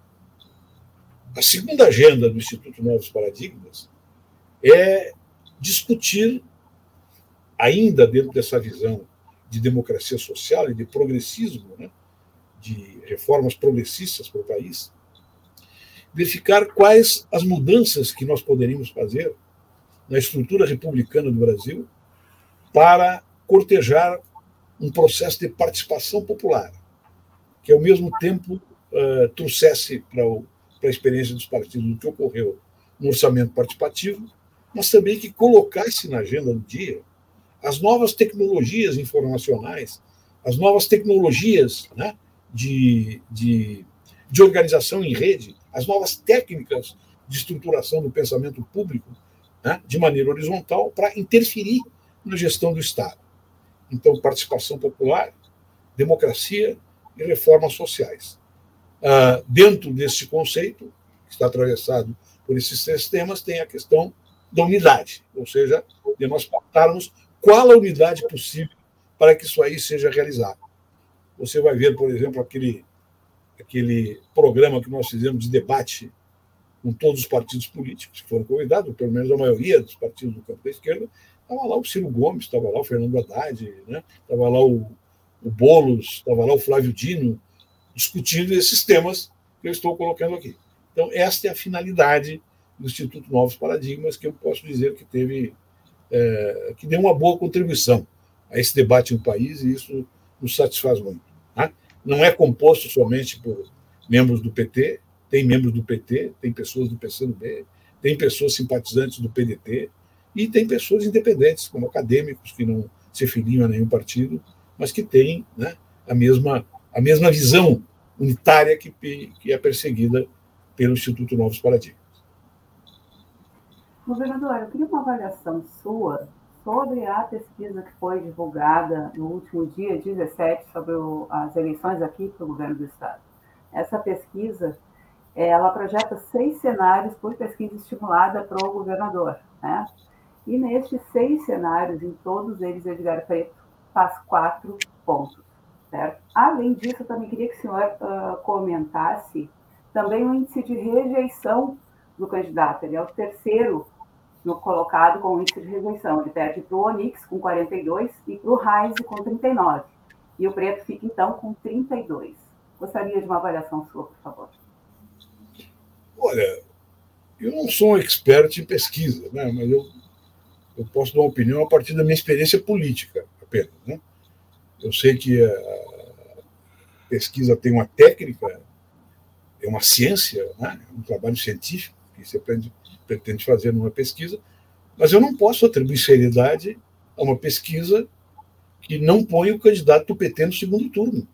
A segunda agenda do Instituto Novos Paradigmas é discutir, ainda dentro dessa visão de democracia social e de progressismo, né, de reformas progressistas para o país, verificar quais as mudanças que nós poderíamos fazer na estrutura republicana do Brasil para cortejar um processo de participação popular, que ao mesmo tempo trouxesse para a experiência dos partidos o que ocorreu no orçamento participativo, mas também que colocasse na agenda do dia as novas tecnologias informacionais, as novas tecnologias, né, de organização em rede, as novas técnicas de estruturação do pensamento público, né, de maneira horizontal, para interferir na gestão do Estado. Então, participação popular, democracia e reformas sociais. Dentro desse conceito, que está atravessado por esses 3 temas, tem a questão da unidade, ou seja, de nós pautarmos qual a unidade possível para que isso aí seja realizado. Você vai ver, por exemplo, aquele programa que nós fizemos de debate com todos os partidos políticos que foram convidados, pelo menos a maioria dos partidos do campo da esquerda. Estava lá o Ciro Gomes, estava lá o Fernando Haddad, né? Estava lá o Boulos, estava lá o Flávio Dino, discutindo esses temas que eu estou colocando aqui. Então, esta é a finalidade do Instituto Novos Paradigmas, que eu posso dizer que que deu uma boa contribuição a esse debate no país, e isso nos satisfaz muito. Né? Não é composto somente por membros do PT, tem membros do PT, tem pessoas do PCdoB, tem pessoas simpatizantes do PDT, e tem pessoas independentes, como acadêmicos, que não se filiam a nenhum partido, mas que têm, né, a mesma visão unitária que é perseguida pelo Instituto Novos Paradigmas. Governador, eu queria uma avaliação sua sobre a pesquisa que foi divulgada no último dia 17 sobre as eleições aqui para o governo do Estado. Essa pesquisa, ela projeta 6 cenários por pesquisa estimulada para o governador, né? E nestes 6 cenários, em todos eles, Edgar Preto faz 4 pontos, certo? Além disso, eu também queria que o senhor comentasse também o índice de rejeição do candidato. Ele é o terceiro no colocado com o índice de rejeição. Ele perde para o Onyx com 42 e para o Reis com 39. E o Preto fica, então, com 32. Gostaria de uma avaliação sua, por favor. Olha, eu não sou um expert em pesquisa, né, mas eu posso dar uma opinião a partir da minha experiência política apenas. Né? Eu sei que a pesquisa tem uma técnica, é uma ciência, né? Um trabalho científico que você pretende fazer numa pesquisa, mas eu não posso atribuir seriedade a uma pesquisa que não põe o candidato do PT no segundo turno.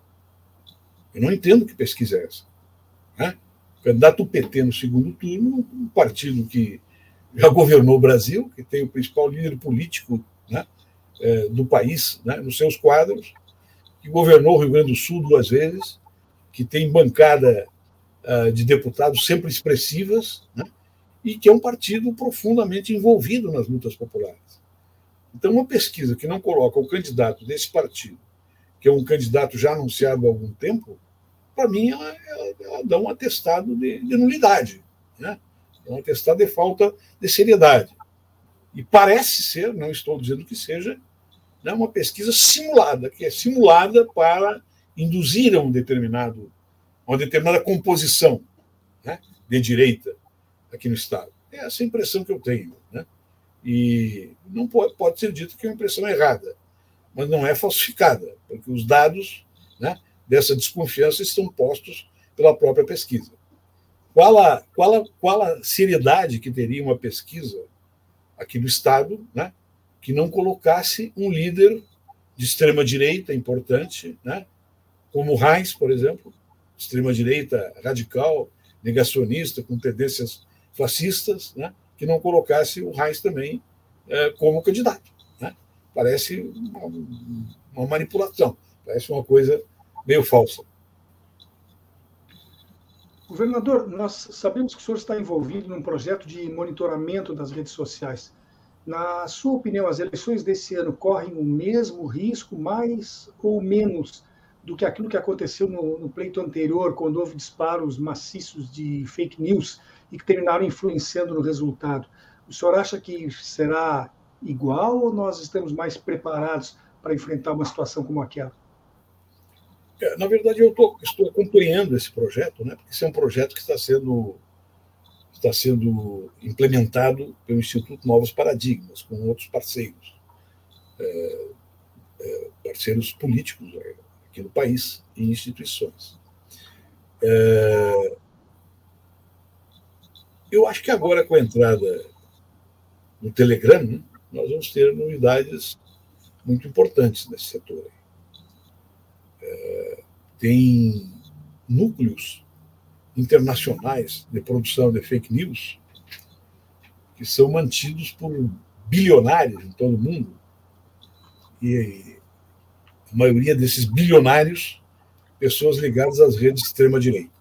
Eu não entendo que pesquisa é essa. Né? O candidato do PT no segundo turno, um partido que já governou o Brasil, que tem o principal líder político, né, do país, né, nos seus quadros, que governou o Rio Grande do Sul 2 vezes, que tem bancada de deputados sempre expressivas, né, e que é um partido profundamente envolvido nas lutas populares. Então, uma pesquisa que não coloca o candidato desse partido, que é um candidato já anunciado há algum tempo, para mim, ela dá um atestado de nulidade, né? É um atestado de falta de seriedade. E parece ser, não estou dizendo que seja, né, uma pesquisa simulada, que é simulada para induzir a uma determinada composição, né, de direita aqui no Estado. É essa a impressão que eu tenho. Né? E não pode ser dito que é uma impressão errada, mas não é falsificada, porque os dados, né, dessa desconfiança estão postos pela própria pesquisa. Qual a seriedade que teria uma pesquisa aqui do Estado, né, que não colocasse um líder de extrema-direita importante, né, como o Reis, por exemplo, extrema-direita radical, negacionista, com tendências fascistas, né, que não colocasse o Reis também como candidato. Né? parece uma manipulação, parece uma coisa meio falsa. Governador, nós sabemos que o senhor está envolvido num projeto de monitoramento das redes sociais. Na sua opinião, as eleições desse ano correm o mesmo risco, mais ou menos, do que aquilo que aconteceu no pleito anterior, quando houve disparos maciços de fake news e que terminaram influenciando no resultado? O senhor acha que será igual ou nós estamos mais preparados para enfrentar uma situação como aquela? Na verdade, eu estou acompanhando esse projeto, né? Porque esse é um projeto que está sendo implementado pelo Instituto Novos Paradigmas, com outros parceiros, parceiros políticos aqui no país e instituições. Eu acho que agora, com a entrada no Telegram, né, nós vamos ter novidades muito importantes nesse setor. Tem núcleos internacionais de produção de fake news que são mantidos por bilionários em todo o mundo, e a maioria desses bilionários, pessoas ligadas às redes de extrema-direita.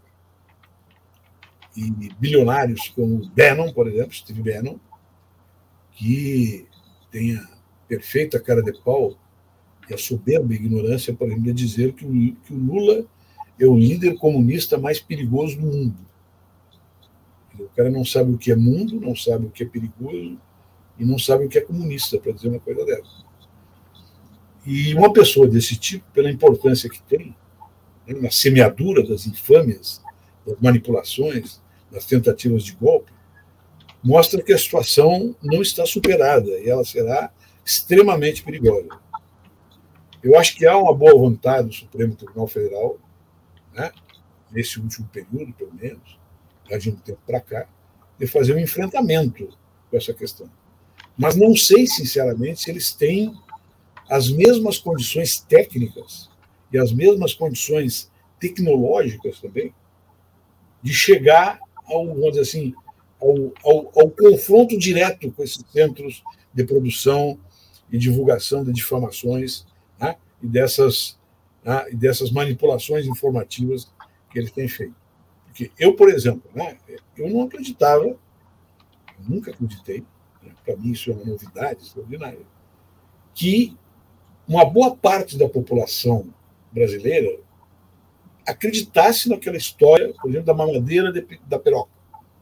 E bilionários como Bannon, por exemplo, Steve Bannon, que tem a perfeita cara de pau e a soberba ignorância, por exemplo, de dizer que o Lula é o líder comunista mais perigoso do mundo. O cara não sabe o que é mundo, não sabe o que é perigoso e não sabe o que é comunista, para dizer uma coisa dessa. E uma pessoa desse tipo, pela importância que tem, né, na semeadura das infâmias, das manipulações, das tentativas de golpe, mostra que a situação não está superada e ela será extremamente perigosa. Eu acho que há uma boa vontade do Supremo Tribunal Federal, né, nesse último período, pelo menos, de um tempo para cá, de fazer um enfrentamento com essa questão. Mas não sei, sinceramente, se eles têm as mesmas condições técnicas e as mesmas condições tecnológicas também de chegar ao, vamos dizer assim, ao confronto direto com esses centros de produção e divulgação de difamações, né, e dessas manipulações informativas que eles têm feito. Porque eu, por exemplo, né, eu não acreditava, nunca acreditei, né, para mim isso é uma novidade extraordinária, que uma boa parte da população brasileira acreditasse naquela história, por exemplo, da mamadeira da piroca.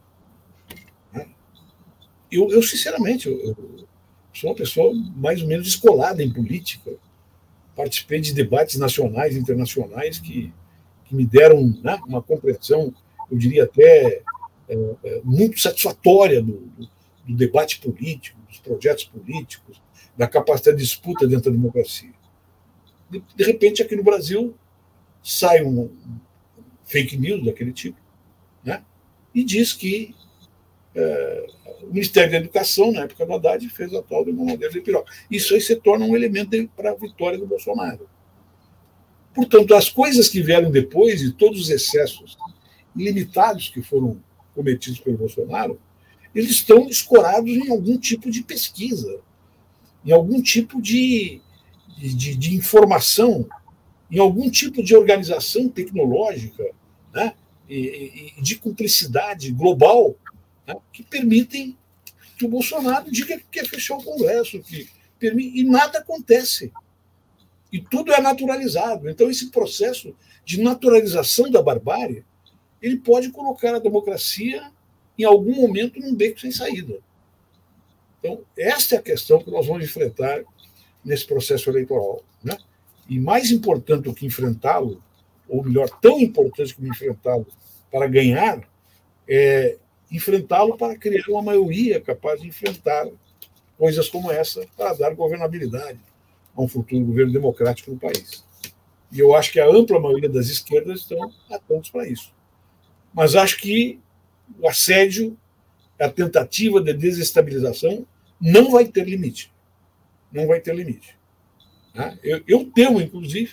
Eu sinceramente, eu sou uma pessoa mais ou menos descolada em política, participei de debates nacionais e internacionais que me deram, né, uma compreensão, eu diria até muito satisfatória do debate político, dos projetos políticos, da capacidade de disputa dentro da democracia. De repente, aqui no Brasil, sai um fake news daquele tipo, né, e diz que o Ministério da Educação, na época do Haddad, fez a tal de mamadeira de piroca. Isso aí se torna um elemento para a vitória do Bolsonaro. Portanto, as coisas que vieram depois e todos os excessos ilimitados que foram cometidos pelo Bolsonaro, eles estão escorados em algum tipo de pesquisa, em algum tipo de informação, em algum tipo de organização tecnológica, né, e de cumplicidade global, né, que permitem que o Bolsonaro diga que quer fechar o Congresso, e nada acontece. E tudo é naturalizado. Então, esse processo de naturalização da barbárie, ele pode colocar a democracia, em algum momento, num beco sem saída. Então, esta é a questão que nós vamos enfrentar nesse processo eleitoral, né? E mais importante do que enfrentá-lo, ou melhor, tão importante como enfrentá-lo para ganhar, é enfrentá-lo para criar uma maioria capaz de enfrentar coisas como essa, para dar governabilidade a um futuro governo democrático no país. E eu acho que a ampla maioria das esquerdas estão atentos para isso. Mas acho que o assédio, a tentativa de desestabilização, não vai ter limite. Não vai ter limite. Eu temo, inclusive,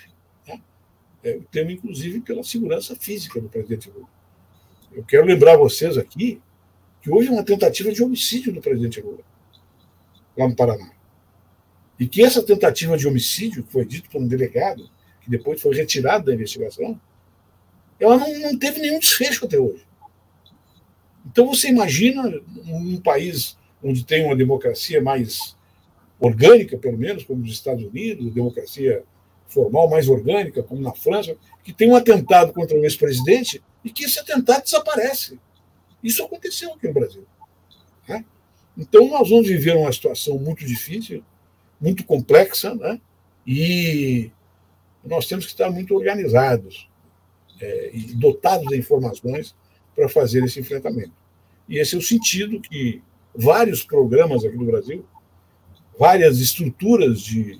pela segurança física do presidente Lula. Eu quero lembrar vocês aqui que houve uma tentativa de homicídio do presidente Lula, lá no Paraná. E que essa tentativa de homicídio, que foi dito por um delegado, que depois foi retirado da investigação, ela não teve nenhum desfecho até hoje. Então, você imagina um país onde tem uma democracia mais orgânica, pelo menos, como os Estados Unidos, democracia formal mais orgânica, como na França, que tem um atentado contra o ex-presidente e que esse atentado desaparece. Isso aconteceu aqui no Brasil. Né? Então, nós vamos viver uma situação muito difícil, muito complexa, né? E nós temos que estar muito organizados e dotados de informações para fazer esse enfrentamento. E esse é o sentido que vários programas aqui no Brasil, várias estruturas de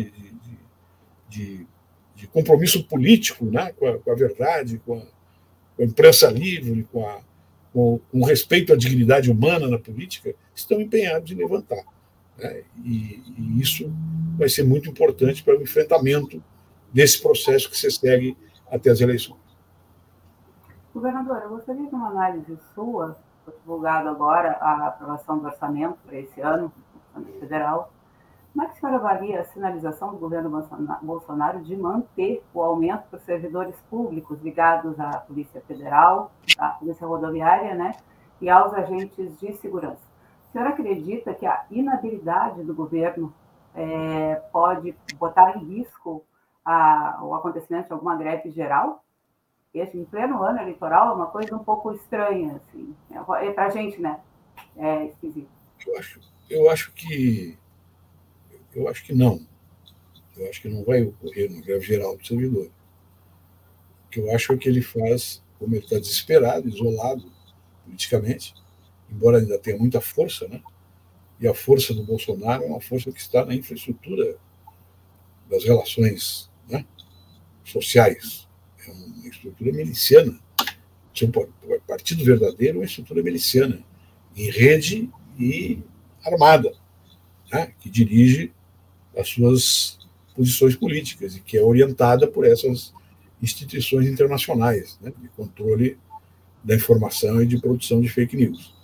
compromisso político, né, com a verdade, com a imprensa livre, com respeito à dignidade humana na política, estão empenhados em levantar. Né? E isso vai ser muito importante para o enfrentamento desse processo que se segue até as eleições. Governador, eu gostaria de uma análise sua, foi divulgado agora a aprovação do orçamento para esse ano, no orçamento federal. Como é que a senhora avalia a sinalização do governo Bolsonaro de manter o aumento para os servidores públicos ligados à Polícia Federal, à Polícia Rodoviária, né, e aos agentes de segurança? A senhora acredita que a inabilidade do governo pode botar em risco o acontecimento de alguma greve geral? Esse, em pleno ano eleitoral, é uma coisa um pouco estranha, assim. Para a gente, né? É esquisito. Eu acho que não. Eu acho que não vai ocorrer uma greve geral do servidor. O que eu acho é que ele faz, como ele está desesperado, isolado politicamente, embora ainda tenha muita força, né? E a força do Bolsonaro é uma força que está na infraestrutura das relações, né, sociais. É uma estrutura miliciana. O partido verdadeiro é uma estrutura miliciana, em rede e armada, né, que dirige as suas posições políticas e que é orientada por essas instituições internacionais, né, de controle da informação e de produção de fake news.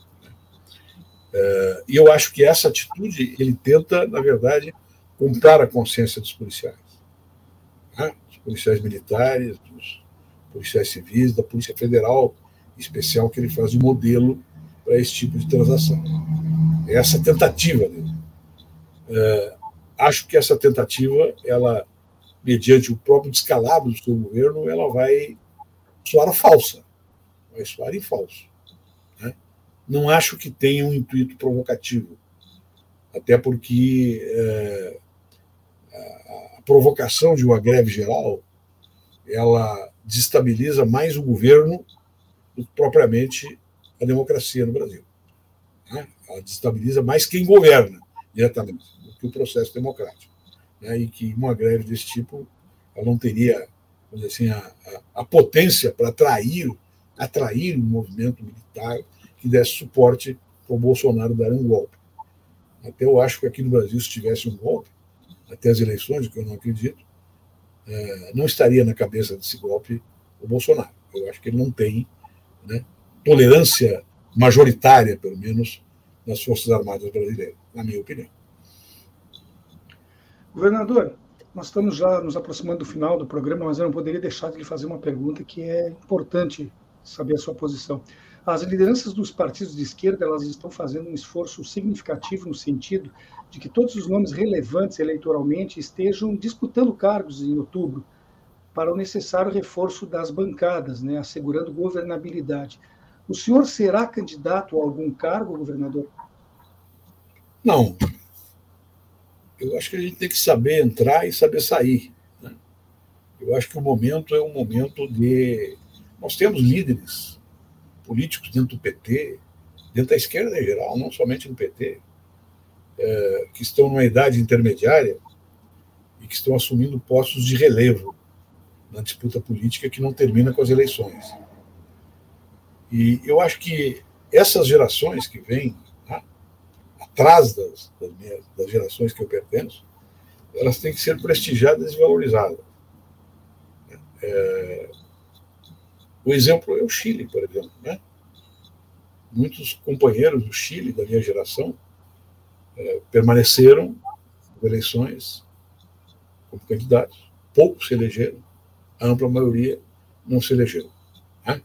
E eu acho que essa atitude ele tenta, na verdade, comprar a consciência dos policiais. Né? Dos policiais militares, dos policiais civis, da Polícia Federal, em especial, que ele faz de modelo para esse tipo de transação. É essa tentativa dele. Acho que essa tentativa, ela, mediante o próprio descalabro do seu governo, ela vai soar falsa, vai soar em falso. Né? Não acho que tenha um intuito provocativo, até porque a provocação de uma greve geral ela desestabiliza mais o governo do que propriamente a democracia no Brasil. Né? Ela desestabiliza mais quem governa diretamente do que o processo democrático. Né? E que uma greve desse tipo ela não teria, vamos dizer assim, a potência para atrair um movimento militar que desse suporte para o Bolsonaro dar um golpe. Até eu acho que aqui no Brasil, se tivesse um golpe, até as eleições, o que eu não acredito, não estaria na cabeça desse golpe o Bolsonaro. Eu acho que ele não tem, né, tolerância majoritária, pelo menos, nas Forças Armadas brasileiras, na minha opinião. Governador, nós estamos já nos aproximando do final do programa, mas eu não poderia deixar de lhe fazer uma pergunta que é importante saber a sua posição. As lideranças dos partidos de esquerda elas estão fazendo um esforço significativo no sentido de que todos os nomes relevantes eleitoralmente estejam disputando cargos em outubro para o necessário reforço das bancadas, né, assegurando governabilidade. O senhor será candidato a algum cargo, governador? Não. Eu acho que a gente tem que saber entrar e saber sair. Né? Eu acho que o momento é um momento de... Nós temos líderes políticos dentro do PT, dentro da esquerda em geral, não somente no PT, que estão numa idade intermediária e que estão assumindo postos de relevo na disputa política que não termina com as eleições. E eu acho que essas gerações que vêm, né, atrás das gerações que eu pertenço, elas têm que ser prestigiadas e valorizadas. O exemplo é o Chile, por exemplo. Né? Muitos companheiros do Chile, da minha geração, permaneceram eleições como candidatos, poucos se elegeram, a ampla maioria não se elegeu. Né?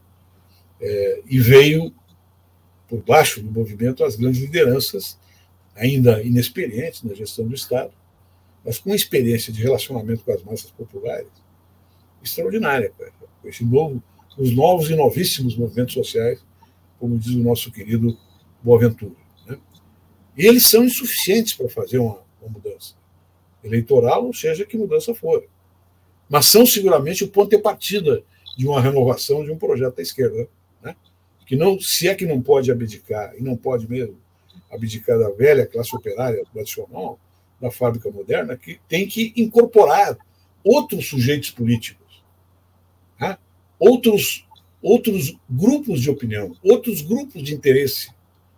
E veio, por baixo do movimento, as grandes lideranças, ainda inexperientes na gestão do Estado, mas com experiência de relacionamento com as massas populares extraordinária, com os novos e novíssimos movimentos sociais, como diz o nosso querido Boaventura. Né? E eles são insuficientes para fazer uma mudança eleitoral, ou seja, que mudança for. Mas são seguramente o ponto de partida de uma renovação de um projeto da esquerda, né? Que não, se é que não pode abdicar, e não pode mesmo abdicar da velha classe operária tradicional, da fábrica moderna, que tem que incorporar outros sujeitos políticos, né? outros grupos de opinião, outros grupos de interesse,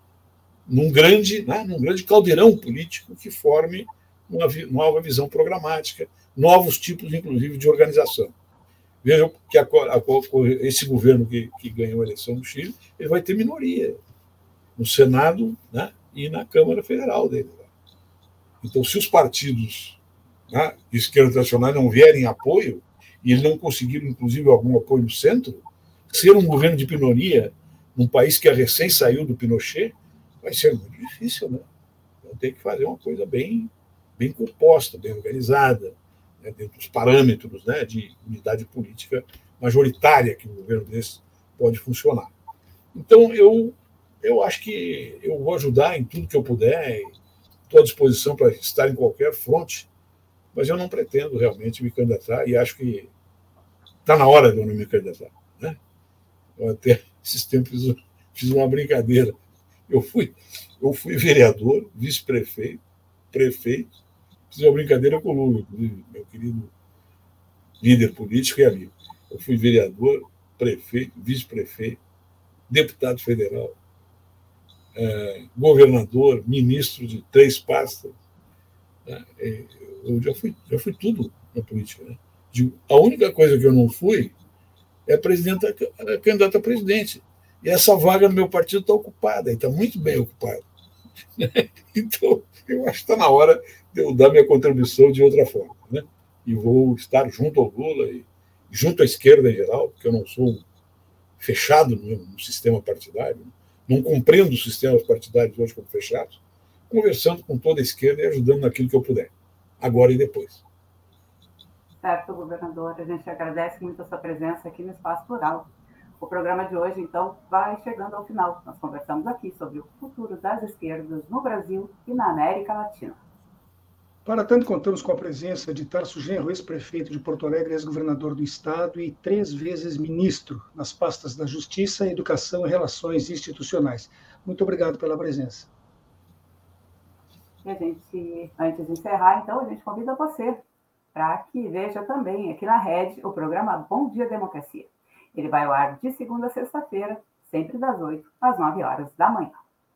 num grande caldeirão político que forme uma nova visão programática, novos tipos, inclusive, de organização. Vejam que esse governo que ganhou a eleição no Chile, ele vai ter minoria no Senado, né, e na Câmara Federal dele. Então, se os partidos, né, de esquerda tradicional não vierem apoio, e eles não conseguiram, inclusive, algum apoio no centro, ser um governo de minoria num país que recém saiu do Pinochet vai ser muito difícil, né? Então, tem que fazer uma coisa bem composta, bem organizada, né, dentro dos parâmetros, né, de unidade política majoritária que um governo desse pode funcionar. Então, eu acho que eu vou ajudar em tudo que eu puder, estou à disposição para estar em qualquer fronte, mas eu não pretendo realmente me candidatar e acho que está na hora de eu não me candidatar. Né? Eu até esses tempos fiz uma brincadeira. Eu fui vereador, vice-prefeito, prefeito, fiz uma brincadeira com o Lula, inclusive, meu querido líder político e amigo. Eu fui vereador, prefeito, vice-prefeito, deputado federal, governador, ministro de 3 pastas. Né? Eu já fui tudo na política. Né? A única coisa que eu não fui é candidata a presidente. E essa vaga no meu partido está ocupada, e está muito bem ocupada. Então, eu acho que está na hora de eu dar minha contribuição de outra forma. Né? E vou estar junto ao Lula e junto à esquerda em geral, porque eu não sou fechado no sistema partidário, não compreendo os sistemas partidários hoje como fechados, conversando com toda a esquerda e ajudando naquilo que eu puder, agora e depois. Certo, governador. A gente agradece muito a sua presença aqui no Espaço Plural. O programa de hoje, então, vai chegando ao final. Nós conversamos aqui sobre o futuro das esquerdas no Brasil e na América Latina. Para tanto, contamos com a presença de Tarso Genro, ex-prefeito de Porto Alegre, ex-governador do Estado e 3 vezes ministro nas pastas da Justiça, Educação e Relações Institucionais. Muito obrigado pela presença. E a gente, antes de encerrar, então, a gente convida você para que veja também aqui na Rede o programa Bom Dia Democracia. Ele vai ao ar de segunda a sexta-feira, sempre das 8 às 9 horas da manhã.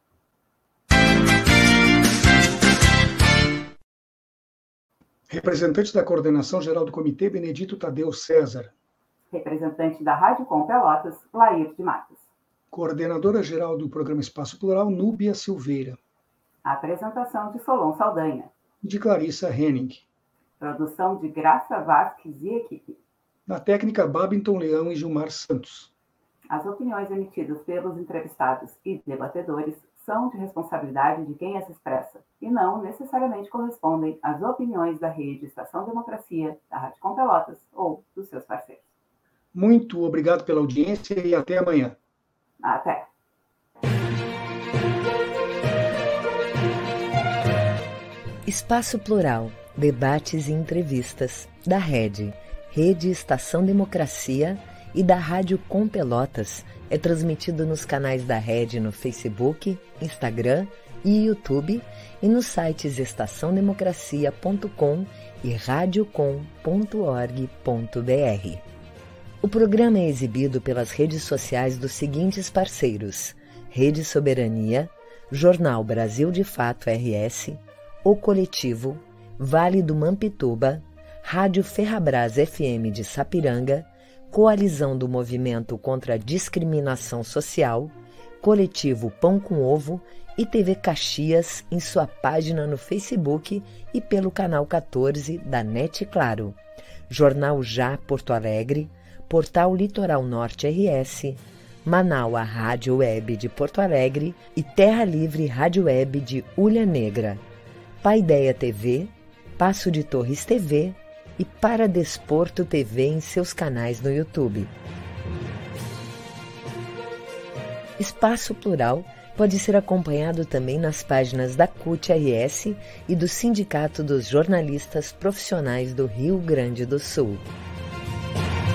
Representante da Coordenação Geral do Comitê, Benedito Tadeu César. Representante da Rádio Com Pelotas, Lair de Matos. Coordenadora Geral do Programa Espaço Plural, Núbia Silveira. Apresentação de Solon Saldanha. De Clarissa Henning. Produção de Graça Vasques e equipe. Na técnica, Babington Leão e Gilmar Santos. As opiniões emitidas pelos entrevistados e debatedores são de responsabilidade de quem as expressa e não necessariamente correspondem às opiniões da Rede Estação Democracia, da Rádio Com Pelotas ou dos seus parceiros. Muito obrigado pela audiência e até amanhã. Até. Espaço Plural, debates e entrevistas da Rede Estação Democracia e da Rádio Com Pelotas é transmitido nos canais da Rede no Facebook, Instagram e YouTube e nos sites estaçãodemocracia.com e radiocom.org.br. O programa é exibido pelas redes sociais dos seguintes parceiros: Rede Soberania, Jornal Brasil de Fato RS, O Coletivo, Vale do Mampituba, Rádio Ferrabras FM de Sapiranga, Coalizão do Movimento contra a Discriminação Social, Coletivo Pão com Ovo e TV Caxias em sua página no Facebook e pelo canal 14 da NET Claro, Jornal Já Porto Alegre, Portal Litoral Norte RS, Manaua Rádio Web de Porto Alegre e Terra Livre Rádio Web de Ulha Negra, Paideia TV, Passo de Torres TV e Paradesporto TV em seus canais no YouTube. Espaço Plural pode ser acompanhado também nas páginas da CUT-RS e do Sindicato dos Jornalistas Profissionais do Rio Grande do Sul.